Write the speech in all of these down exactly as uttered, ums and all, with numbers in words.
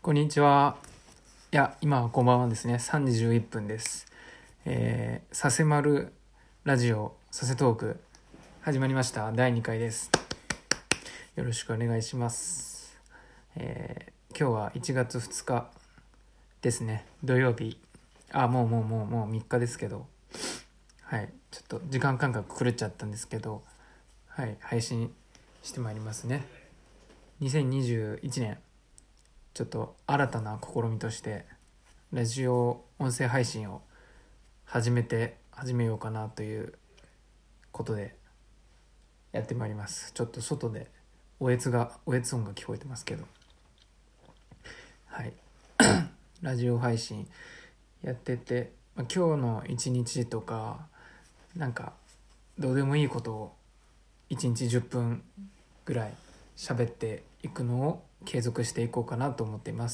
こんにちは。いや、今はこんばんはですね。さんじじゅういっぷんです。えー、させまるラジオ、させトーク、始まりました。だいにかいです。よろしくお願いします。えー、今日はいちがつふつかですね。土曜日。あ、もうもうもうもうみっかですけど。はい。ちょっと時間感覚狂っちゃったんですけど、はい。配信してまいりますね。にせんにじゅういちねん。ちょっと新たな試みとしてラジオ音声配信を始めて始めようかなということでやってまいります。ちょっと外でおえつがおえつ音が聞こえてますけど、はいラジオ配信やってて、まあ、今日の一日とかなんかどうでもいいことをいちにちじゅっぷんぐらい喋っていくのを継続していこうかなと思っています。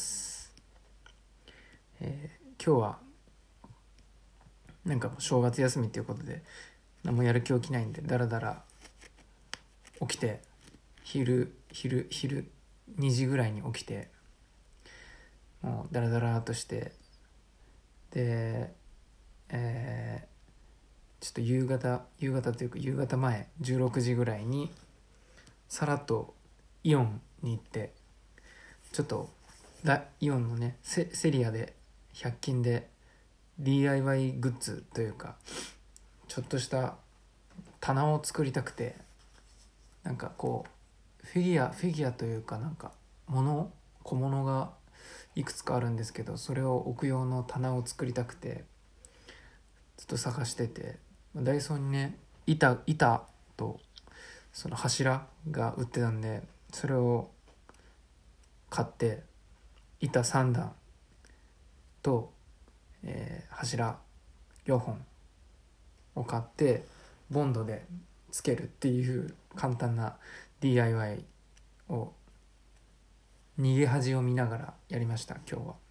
えー、今日はなんかもう正月休みっていうことで何もやる気起きないんでだらだら起きて昼昼昼にじぐらいに起きてもうダラダラーっとしてで、えー、ちょっと夕方夕方というか夕方前じゅうろくじぐらいにさらっとイオンに行ってちょっとイオンのね セ, セリアでひゃく均で ディーアイワイ グッズというかちょっとした棚を作りたくてなんかこうフィギュアフィギュアというかなんか物小物がいくつかあるんですけどそれを置く用の棚を作りたくてずっと探しててダイソーにね板板とその柱が売ってたんでそれを買って板さんだんと、えー、柱よんほんを買ってボンドでつけるっていう簡単な ディーアイワイ を逃げ恥を見ながらやりました。今日は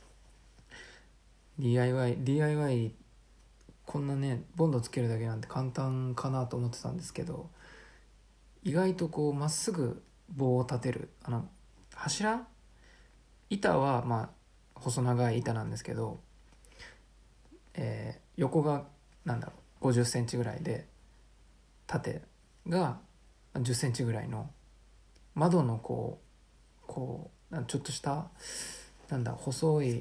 ディーアイワイ ディーアイワイ こんなねボンドつけるだけなんて簡単かなと思ってたんですけど意外とこうまっすぐ棒を立てるあの柱板はまあ細長い板なんですけど、えー、横がなんだろうごじゅっセンチぐらいで縦がじゅっセンチぐらいの窓のこうこうちょっとしたなんだ細い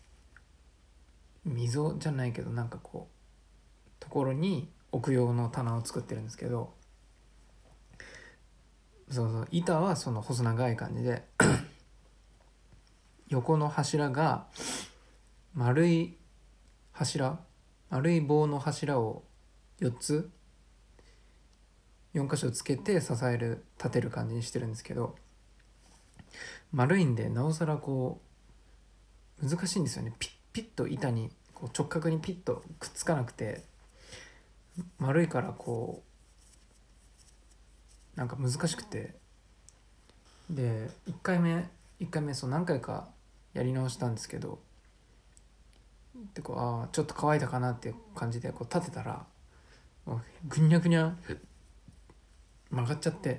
溝じゃないけどなんかこうところに置く用の棚を作ってるんですけどそうそう板はその細長い感じで横の柱が丸い柱丸い棒の柱をよっつよん箇所つけて支える立てる感じにしてるんですけど丸いんでなおさらこう難しいんですよね。ピッピッと板にこう直角にピッとくっつかなくて丸いからこうなんか難しくてでいっかいめいっかいめそう何回かやり直したんですけどでこうあちょっと乾いたかなっていう感じでこう立てたらもうぐにゃぐにゃ曲がっちゃって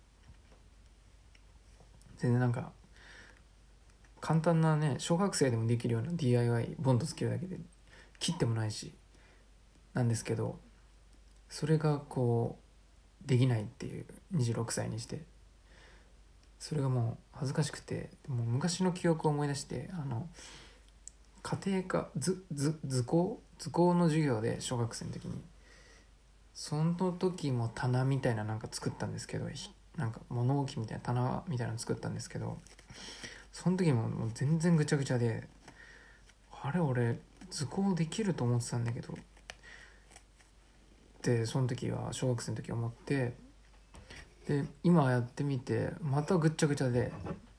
全然なんか簡単なね小学生でもできるような ディーアイワイ ボンドつけるだけで切ってもないしなんですけどそれがこうできないっていうにじゅうろくさいにしてそれがもう恥ずかしくてもう昔の記憶を思い出してあの家庭科図図図工図工の授業で小学生の時にその時も棚みたいななんか作ったんですけどなんか物置みたいな棚みたいなの作ったんですけどその時ももう全然ぐちゃぐちゃであれ俺図工できると思ってたんだけどでその時は小学生の時思ってで今やってみてまたぐっちゃぐちゃで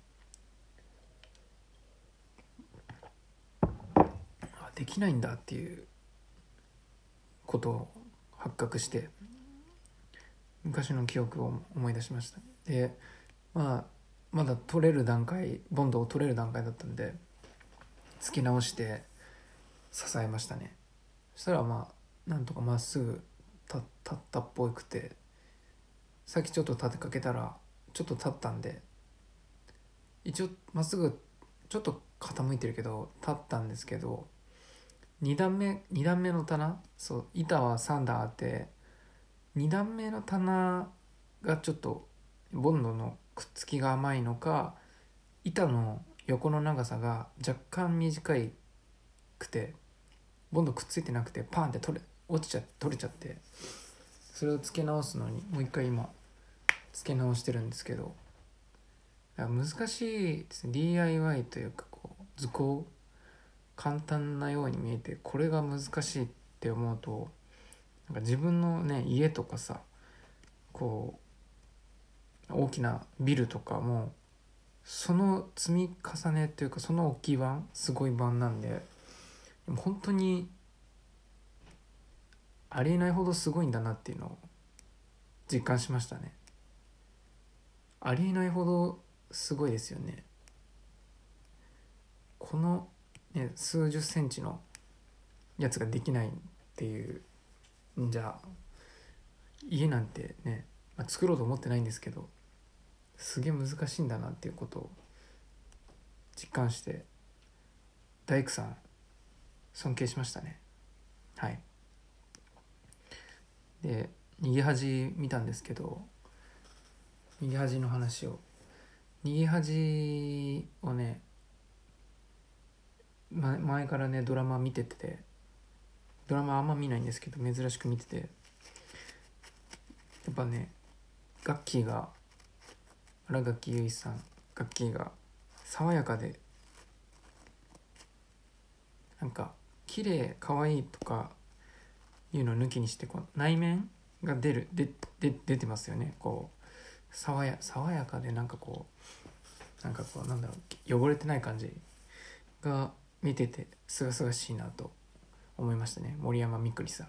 できないんだっていうことを発覚して昔の記憶を思い出しました。でまあまだ取れる段階ボンドを取れる段階だったんで付け直して支えましたね。そしたらまあなんとかまっすぐ立ったっぽくてさっきちょっと立てかけたらちょっと立ったんで一応まっすぐちょっと傾いてるけど立ったんですけど、に段目に段目の棚、そう板はさん段あって、に段目の棚がちょっとボンドのくっつきが甘いのか、板の横の長さが若干短いくてボンドくっついてなくてパンって取れ落ちちゃ取れちゃって、それを付け直すのにもう一回今付け直してるんですけど、難しいですね。 ディーアイワイ というかこう図工、簡単なように見えてこれが難しいって思うと、なんか自分のね家とかさ、こう大きなビルとかもその積み重ねというかその大きい版すごい版なんで、でも本当にありえないほどすごいんだなっていうのを実感しましたね。ありえないほどすごいですよね。この、ね、数十センチのやつができないっていう、じゃあ家なんてね、まあ、作ろうと思ってないんですけど、すげえ難しいんだなっていうことを実感して、大工さん尊敬しましたね。はい。で逃げ恥見たんですけど、逃げ恥の話を逃げ恥をね、ま、前からねドラマ見てて、ドラマあんま見ないんですけど珍しく見てて、やっぱねガッキーが新垣結衣さんガッキーが爽やかで、なんか綺麗可愛いとかいうのを抜きにして、こう内面が出るでで出てますよね。こう爽や爽やかで、なんかこうなんかこうなんだろう、汚れてない感じが見ててすがすがしいなと思いましたね。森山みくりさん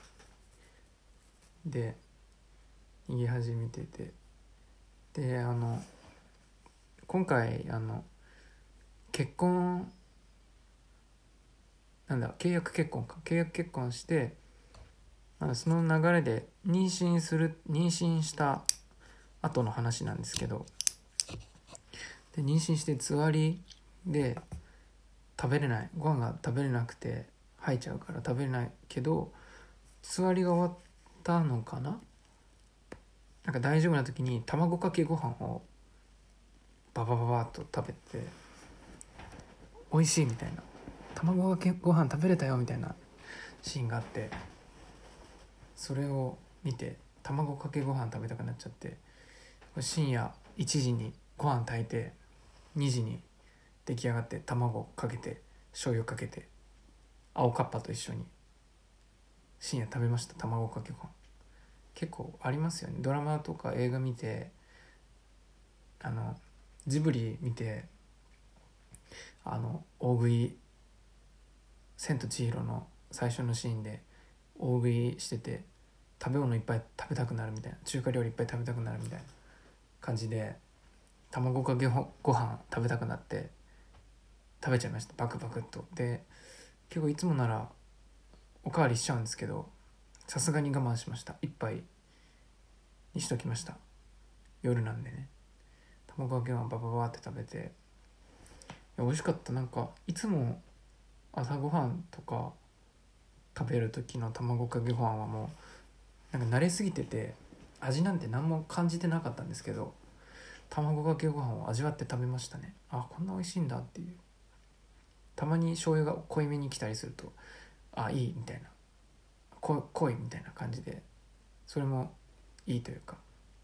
で逃げ始めてて、であの今回あの結婚なんだ契約結婚か契約結婚して、あのその流れで妊娠する妊娠した後の話なんですけど、で妊娠してつわりで食べれない、ご飯が食べれなくて吐いちゃうから食べれないけど、つわりが終わったのかな、なんか大丈夫な時に卵かけご飯をババババッと食べて、美味しいみたいな、卵かけご飯食べれたよみたいなシーンがあって、それを見て卵かけご飯食べたくなっちゃって、深夜いちじにご飯炊いてにじに出来上がって卵かけて醤油かけて青かっぱと一緒に深夜食べました。卵かけご飯結構ありますよね。ドラマとか映画見て、あのジブリ見て、あの大食い千と千尋の最初のシーンで大食いしてて食べ物いっぱい食べたくなるみたいな、中華料理いっぱい食べたくなるみたいな感じで卵かけご飯食べたくなって食べちゃいました。バクバクっと。で結構いつもならおかわりしちゃうんですけど、さすがに我慢しました。一杯にしときました。夜なんでね。卵かけご飯バババって食べて、いや美味しかった。なんかいつも朝ごはんとか食べる時の卵かけご飯はもうなんか慣れすぎてて味なんて何も感じてなかったんですけど、卵かけご飯を味わって食べましたね。あ、こんな美味しいんだっていう。たまに醤油が濃いめに来たりすると、あ、いいみたいな、こ濃いみたいな感じで、それもいいというか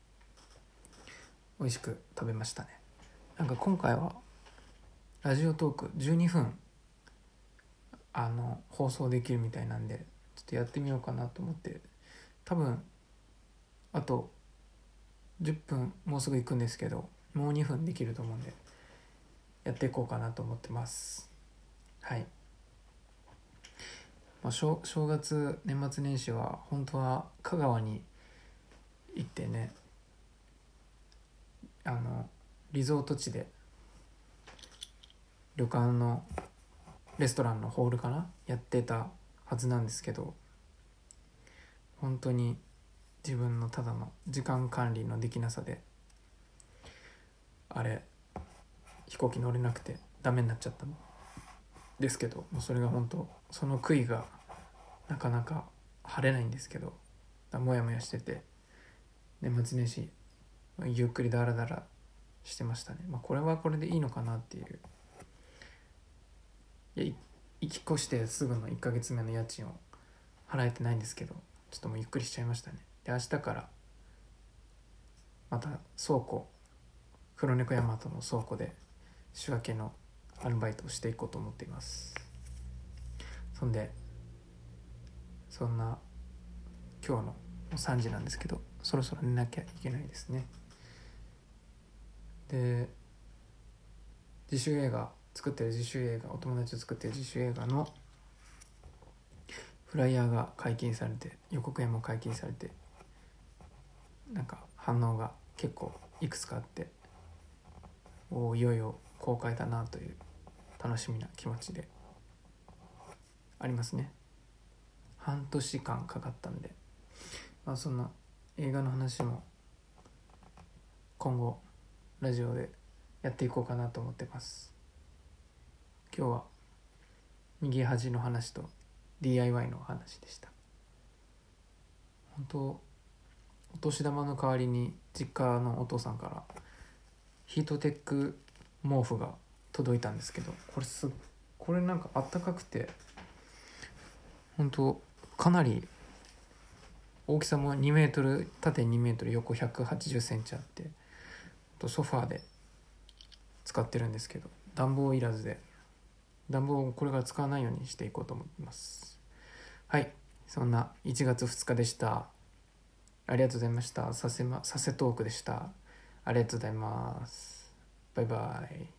美味しく食べましたね。なんか今回はラジオトークじゅうにふんあの放送できるみたいなんで、ちょっとやってみようかなと思って、多分あとじゅっぷんもうすぐ行くんですけど、もうにふんできると思うんでやっていこうかなと思ってます。はい、まあ、正, 正月年末年始は本当は香川に行ってね、あのリゾート地で旅館のレストランのホールかなやってたはずなんですけど、本当に自分のただの時間管理のできなさであれ飛行機乗れなくてダメになっちゃったんですけど、もうそれが本当その悔いがなかなか晴れないんですけど、もやもやしてて年末年始ゆっくりダラダラしてましたね。まあこれはこれでいいのかなっていう。いや引っ越してすぐのいっかげつめの家賃を払えてないんですけど、ちょっともうゆっくりしちゃいましたね。で明日からまた倉庫、黒猫ヤマトの倉庫で仕分けのアルバイトをしていこうと思っています。そんでそんな今日のもうさんじなんですけど、そろそろ寝なきゃいけないですね。で自主映画作ってる自主映画お友達と作ってる自主映画のフライヤーが解禁されて、予告編も解禁されて、なんか反応が結構いくつかあって、おいよいよ公開だなという楽しみな気持ちでありますね。半年間かかったんで、まあ、そんな映画の話も今後ラジオでやっていこうかなと思ってます。今日は右端の話と ディーアイワイ の話でした。本当お年玉の代わりに実家のお父さんからヒートテック毛布が届いたんですけど、これすこれなんかあったかくて、本当かなり大きさもにメートル、縦にメートル、横ひゃくはちじゅっセンチあって、ソファーで使ってるんですけど、暖房いらずで、暖房をこれから使わないようにしていこうと思います。はい、そんないちがつふつかでした。ありがとうございました。させま、させトークでした。ありがとうございます。バイバイ。